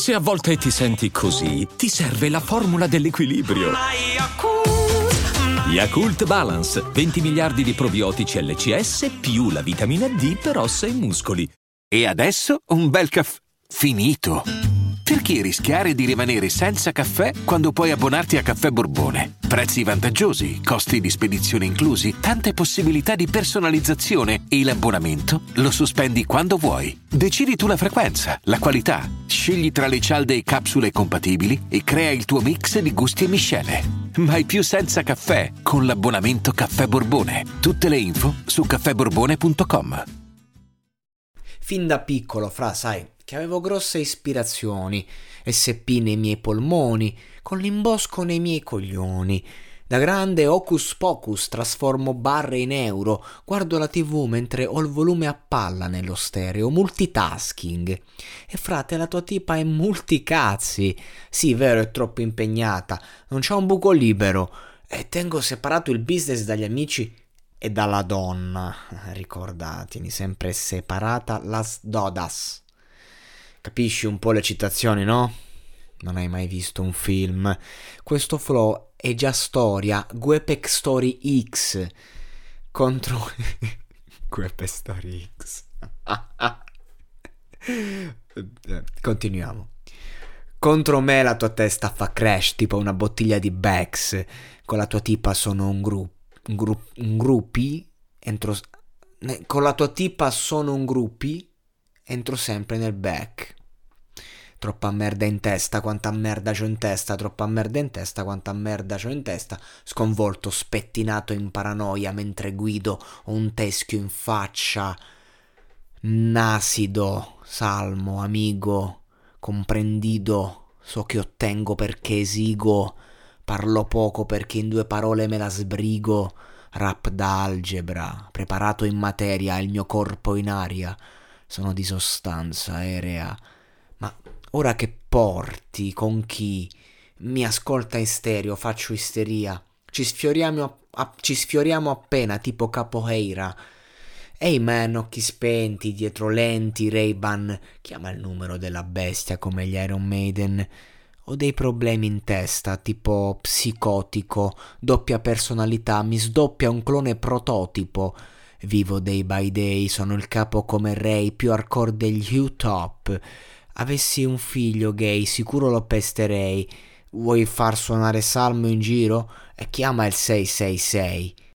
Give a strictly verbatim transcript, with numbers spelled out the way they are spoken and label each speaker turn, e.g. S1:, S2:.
S1: Se a volte ti senti così, ti serve la formula dell'equilibrio. Yakult Balance, venti miliardi di probiotici L C S più la vitamina D per ossa e muscoli.
S2: E adesso un bel caffè finito. Perché rischiare di rimanere senza caffè quando puoi abbonarti a Caffè Borbone? Prezzi vantaggiosi, costi di spedizione inclusi, tante possibilità di personalizzazione e l'abbonamento lo sospendi quando vuoi. Decidi tu la frequenza, la qualità, scegli tra le cialde e capsule compatibili e crea il tuo mix di gusti e miscele. Mai più senza caffè con l'abbonamento Caffè Borbone. Tutte le info su caffè borbone punto com.
S3: Fin da piccolo, fra, sai, che avevo grosse ispirazioni, S P nei miei polmoni, con l'imbosco nei miei coglioni. Da grande hocus pocus trasformo barre in euro, guardo la tivù mentre ho il volume a palla nello stereo, multitasking. E frate, la tua tipa è multicazzi. Sì, vero, è troppo impegnata, non c'è un buco libero. E tengo separato il business dagli amici e dalla donna. Ricorda, tieni sempre separata las dodas. Capisci un po' le citazioni, no? Non hai mai visto un film. Questo flow è già storia. Guepec Story X contro Guepec Story X. Continuiamo. Contro me la tua testa fa crash tipo una bottiglia di Bex. Con la tua tipa sono un gruppo un, gru- un gruppi entro con la tua tipa sono un gruppi entro sempre nel back. Troppa merda in testa, quanta merda c'ho in testa, troppa merda in testa, quanta merda c'ho in testa. Sconvolto, spettinato in paranoia mentre guido, ho un teschio in faccia. Nasido, salmo, amigo, comprendido, so che ottengo perché esigo, parlo poco perché in due parole me la sbrigo. Rap da algebra, preparato in materia, il mio corpo in aria, sono di sostanza aerea. Ma ora che porti, con chi? Mi ascolta in stereo, faccio isteria. Ci sfioriamo, a, ci sfioriamo appena, tipo capoeira. Ehi man, occhi spenti, dietro lenti, Ray-Ban. Chiama il numero della bestia come gli Iron Maiden. Ho dei problemi in testa, tipo psicotico, doppia personalità, mi sdoppia un clone prototipo. Vivo day by day, sono il capo come Ray, più hardcore degli U-Top. Avessi un figlio gay, sicuro lo pesterei. Vuoi far suonare salmo in giro? E chiama il sei sei sei.